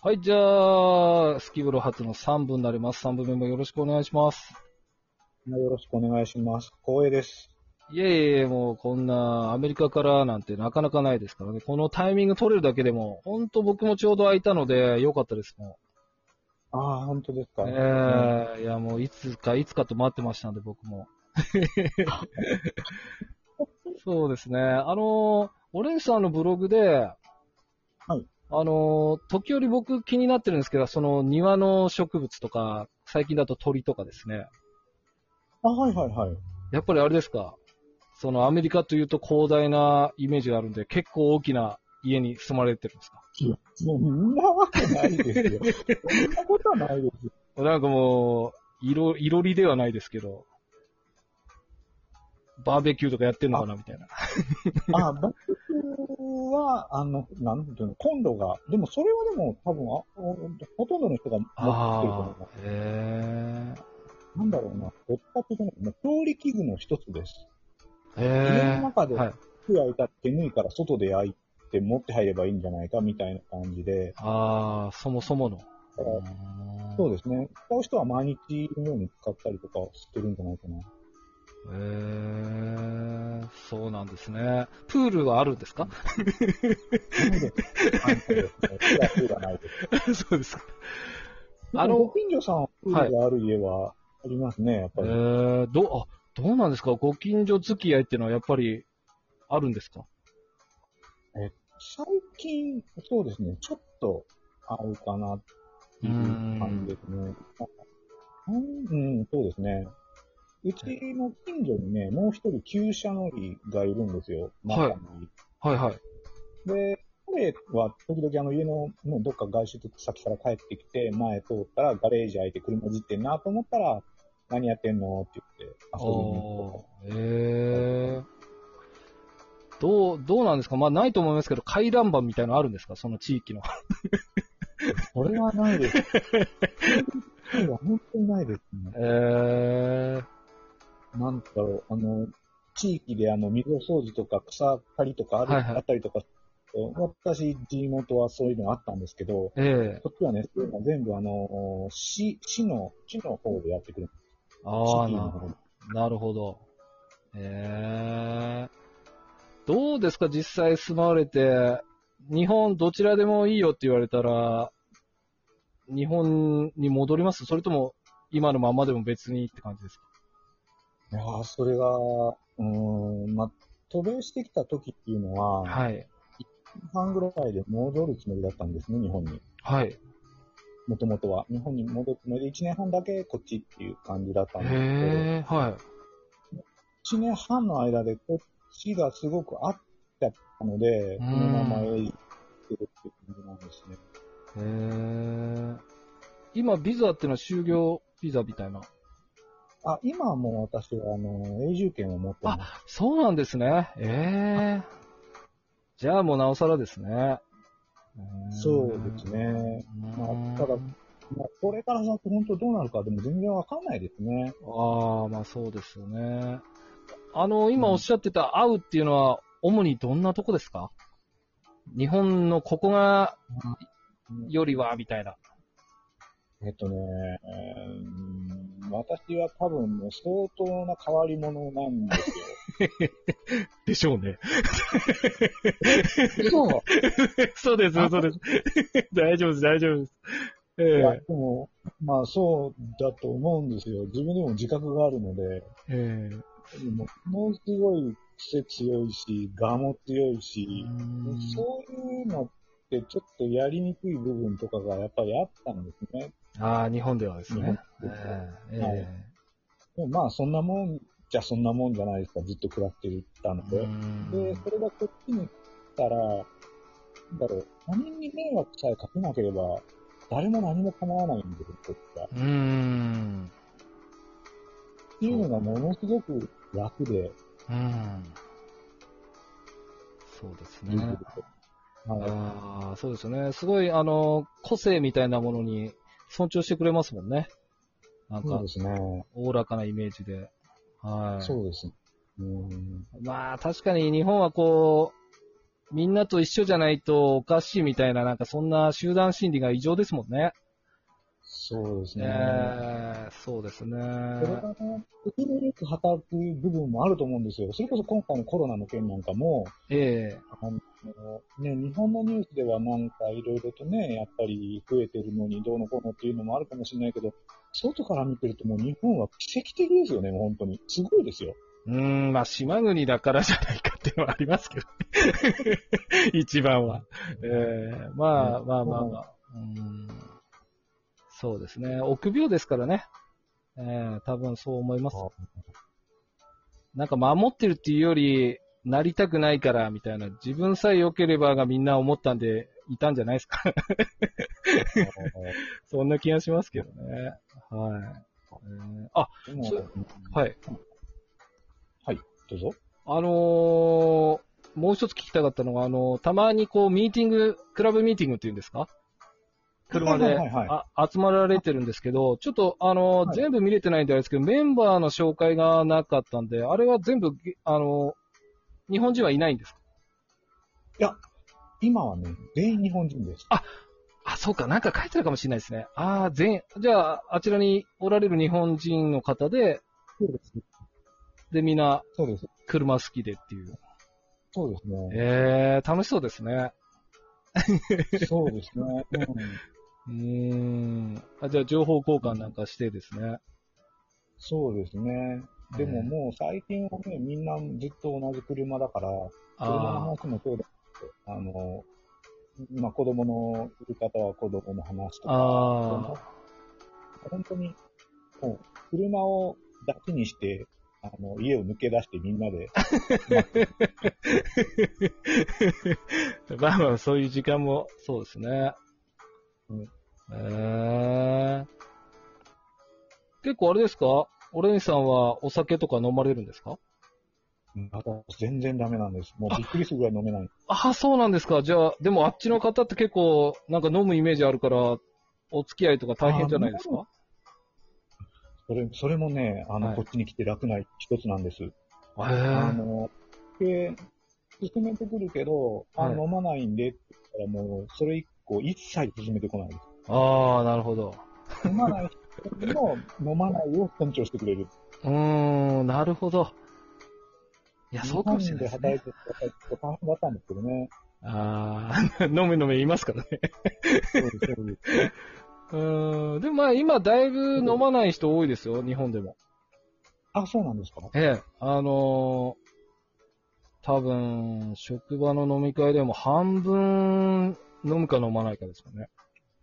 はい、じゃあ、スキブロ初の3部になります。3部目もよろしくお願いします。 よろしくお願いします。光栄です。 いえいえ、もうこんなアメリカからなんてなかなかないですからね。このタイミング取れるだけでも、ほんと僕もちょうど空いたので、よかったですもああ、本当ですか。 ん。 ね。 いやもういつかと待ってましたんで、僕も。そうですね。オレンジさんのブログで、 はい。 時折僕気になってるんですけど、その庭の植物とか、最近だと鳥とかですね。 あ、はいはいはい。 やっぱりあれですか。そのアメリカというと広大なイメージがあるんで、結構大きな家に住まれてるんですか？ いや、そんなわけないですよ。そんなことはないですよ。 なんかもう、いろりではないですけど、バーベキューとかやってんのかあ、 なみたいな。 バックは、なんていうの、コンロが、でもそれはでも多分、ほとんどの人が持ってると思いああ、 ます。 へなんだろうな、どっちかというとね、もう調理器具の一つです。 え、へ家のえ、 中ではい。 火焼いたら手抜いから外で焼いて持って入ればいいんじゃないかみたいな感じで、 ああ、そもそもの。 だからそうですね。使う人は毎日のように使ったりとかしてるんじゃないかな。 へえ、そうなんですね。プールはあるんですか？ ないです。ないですね。プールはないです。 そうですか。 でも、ご近所さんはプーはい。 ルがある家はありますね、やっぱり。 どうなんですか？ご近所付き合いっていうのはやっぱりあるんですか？ 最近、そうですね、ちょっとあるかなっうーていう感じん。 ですね。そうですね。うちの近所にね、もう一人旧車乗りがいるんですよ、 はい。 仲のいい。 はいはい。 で、彼は時々家のどっか外出先から帰ってきて、前通ったらガレージ開いて車いじってんなと思ったら、何やってんのって言って遊びに行ってたりとか。 どうなんですか？まあ、ないと思いますけど、回覧板みたいなのあるんですか？その地域の。 それはないです。そういう機会は本当にないですね。 えなんだろう、地域で溝掃除とか草刈りとかはいはい。 あったりとか、私、地元はそういうのあったんですけど、 ええこっちはね、そういうのは全部市の方でやってくれる。シああ、 ティの方で。 なるほど。ええどうですか？実際住まわれて、日本どちらでもいいよって言われたら、日本に戻ります？それとも、今のままでも別にって感じですか？ いやー、それが、渡米してきた時っていうのは、 はい。 1年半ぐらいで戻るつもりだったんですね、日本に。 はい。 もともとは。日本に戻るつもりで1年半だけこっちっていう感じだったんですけど、 へえ、はい。 1年半の間でこっちがすごく合っちゃったので、 うーそのままん。 永住してるっていう感じなんですね。 へえ。今、ビザっていうのは就業ビザみたいな。 今はもう私は永住権を持ってあ、 ます。 そうなんですね。ええ。じゃあもうなおさらですね。うーそうですん。 ね。ただ、これから先本当どうなるかでも全然わかんないですね。 ああ、まあそうですよね。 うん。 今おっしゃってた会うっていうのは、主にどんなとこですか？日本のここが、よりは、みたいな。 えっとね、私は多分もう相当な変わり者なんですよ。 でしょうね。 嘘。 そうです、 あ、 そうです。大丈夫です、大丈夫です。えいや、 えでも、そうだと思うんですよ。自分でも自覚があるので、 ええものすごい癖強いし、我も強いうーし、 ん。 そういうのってちょっとやりにくい部分とかがやっぱりあったんですね。 ああ、日本ではです日本ね。 って。はい。 えでもそんなもんじゃそんなもんじゃないですか。ずっと暮らしてたのうーで。で、 ん。 それがこっちに来たら、なんだろう、他人に迷惑さえかけなければ、誰も何も構わないんですよ、こっちは。っうーん。 ていうそう。 のがものすごく楽で、 うん。そうですね。 ずっと。はい。 ああ、そうですよね。すごい、個性みたいなものに尊重してくれますもんね。なんか、 そうですね。 おおらかなイメージで。はそうですね。うん。 い。まあ、確かに日本はこう、 みんなと一緒じゃないとおかしいみたいな、なんかそんな集団心理が異常ですもんね。 そうですね。 そうですね。 それがね、受け入れく働く部分もあると思うんですよ。それこそ今回のコロナの件なんかも、 ええ日本のニュースではなんかいろいろとね、やっぱり増えてるのにどうのこうのっていうのもあるかもしれないけど、外から見てるともう日本は奇跡的ですよね、もう本当に。すごいですよ。 まあ、島国だからじゃないかっていうのはありますけどね。一番は。まあまあまあまあ。そうですね。臆病ですからね。多分そう思います。なんか守ってるっていうより、なりたくないからみたいな、自分さえ良ければがみんな思ったんで、いたんじゃないですか。そんな気がしますけどね。はい。はい。 はい、どうぞ。 もう一つ聞きたかったのが、たまにこう、クラブミーティングっていうんですか？車で、集まられてるんですけど、ちょっと、全部見れてないんであれですけど、メンバーの紹介がなかったんで、あれは全部、日本人はいないんですか？ いや、今はね、全員日本人です。 そうか、なんか書いてあるかもしれないですね。じゃあ、あちらにおられる日本人の方で、 そうです。 で、みんな、 そうです。 車好きでっていう。 そうですね。 楽しそうですね。 そうですね。 じゃあ、情報交換なんかしてですね。 そうですね。でももう最近はね、みんなずっと同じ車だから、車の話もそうだけど、子供のいる方は子供の話とか、本当に、もう、車をだけにして、家を抜け出してみんなで。 まあまあ、そういう時間も、そうですね。結構あれですか？オレンジさんはお酒とか飲まれるんですか？ 全然ダメなんです。もうびっくりするぐらい飲めない。 そうなんですか。じゃあ、でもあっちの方って結構、なんか飲むイメージあるから、お付き合いとか大変じゃないですか？ それもね、こっちに来て楽な一つなんです。進めてくるけど、飲まないんでって言ったらもう、それ以降一切進めてこないです。 なるほど。 飲まない人も飲まないを尊重してくれる。 なるほど。いや、そうかもしれないですね。 日本で働いてると大変だったんですけどね。 飲め言いますからね。 そうです。 でもまあ今だいぶ飲まない人多いですよ、日本でも。 そうなんですか？ 多分、職場の飲み会でも半分飲むか飲まないかですかね。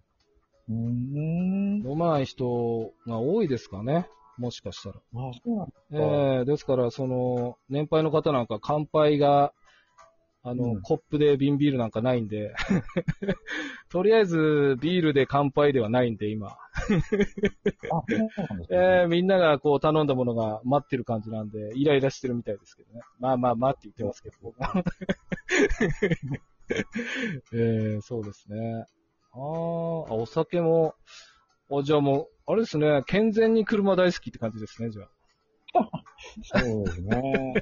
飲まない人が多いですかね。もしかしたら。 そうなんですか。 ですから、年配の方なんか乾杯が、コップで瓶ビールなんかないんで、とりあえずビールで乾杯ではないんで、今。みんながこう頼んだものが待ってる感じなんで、イライラしてるみたいですけどね。まあって言ってますけど。そうですね。お酒も、じゃあもう、あれですね、健全に車大好きって感じですね、じゃあ。 そうですね。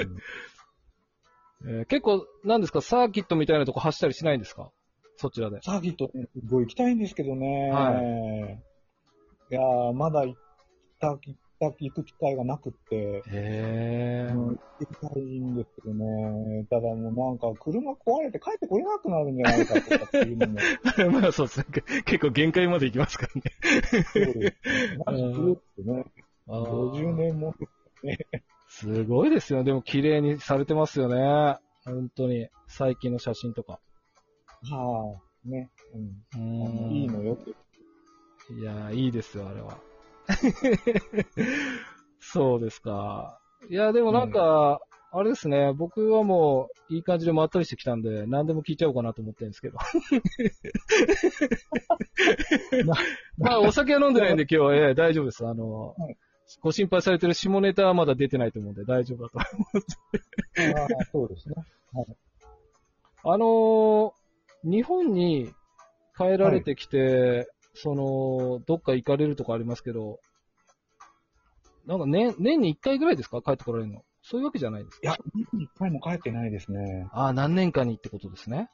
結構、なんですか、サーキットみたいなとこ走ったりしないんですか？そちらで。 サーキット、すごい行きたいんですけどね。いやー、まだ行く機会がなくって。行きたいんですけどね。ただもうなんか、車壊れて帰ってこれなくなるんじゃないかとかっていうのも。 まあそうですね。結構限界まで行きますからね。 そうですね。マジ狂ってね。50年もね。 すごいですよ。でも綺麗にされてますよね。本当に。最近の写真とか。 ね。いいのよって。 いや、いいですよ、あれは。そうですか。いや、でもなんか、あれですね。僕はもう、いい感じでまったりしてきたんで、何でも聞いちゃおうかなと思ってるんですけど。まあ、お酒は飲んでないんで今日は、大丈夫です。ご心配されてる下ネタはまだ出てないと思うんで大丈夫だと思って。 そうですね。 日本に帰られてきて、どっか行かれるとかありますけど、なんか年に1回ぐらいですか？帰ってこられるの。 そういうわけじゃないですか？ いや、年に1回も帰ってないですね。 ああ、何年かにってことですね。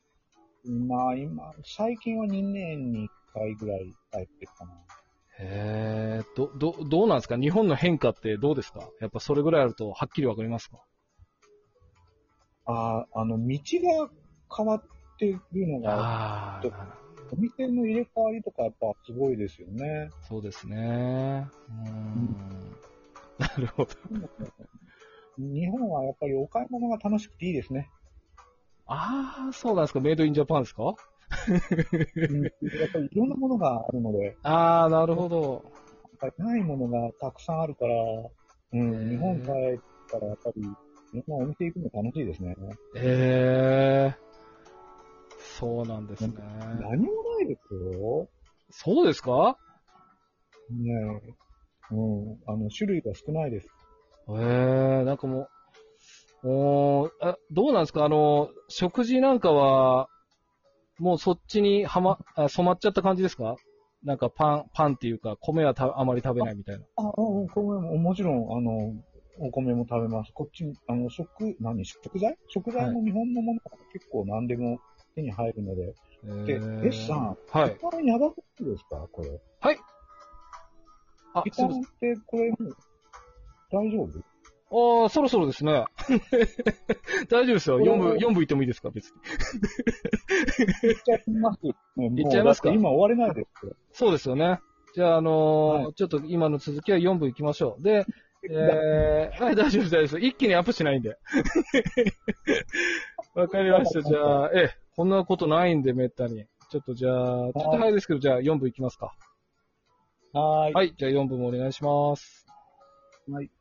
最近は2年に1回ぐらい帰ってるかな。 へえ、どうなんですか？日本の変化ってどうですか？やっぱそれぐらいあるとはっきりわかりますか？ 道が変わってるのが、 ああ、 お店の入れ替わりとかやっぱすごいですよね。 そうですね。なるほど。 日本はやっぱりお買い物が楽しくていいですね。 ああ、そうなんですか？メイドインジャパンですか？ やっぱりいろんなものがあるので、 ああ、なるほど。 やっぱりないものがたくさんあるから、日本帰ったらやっぱり、日本お店行くの楽しいですね。 ええ、そうなんですね。 何もないですよ。 そうですか？ ねえ。種類が少ないです。 なんかもう、どうなんですか？食事なんかは、もうそっちに染まっちゃった感じですか？なんかパンっていうか、米はあまり食べないみたいな。 お米も、もちろん、お米も食べます。こっち、食材はい。 も日本のものが結構何でも手に入るので。で、S さん、 はい。 ギターやばくないですかこれ。 はい。あ、 ギターっすいません。 てこれ、大丈夫そろそろですね。大丈夫ですよ。 これ 4部いってもいいですか？別に。 いっちゃいます。 いっちゃもう、だいますか？ って今終われないですよ。 そうですよね。じゃあ、 はい。 ちょっと今の続きは4部いきましょう。で、はい、大丈夫です、大丈夫です。一気にアップしないんで。わかりました。じゃあ、こんなことないんで、めったに。ちょっとじゃあ、ちょっと早いですけど、じゃあ4部いきますか。 はい。 はい、じゃあ4部もお願いします。 はい。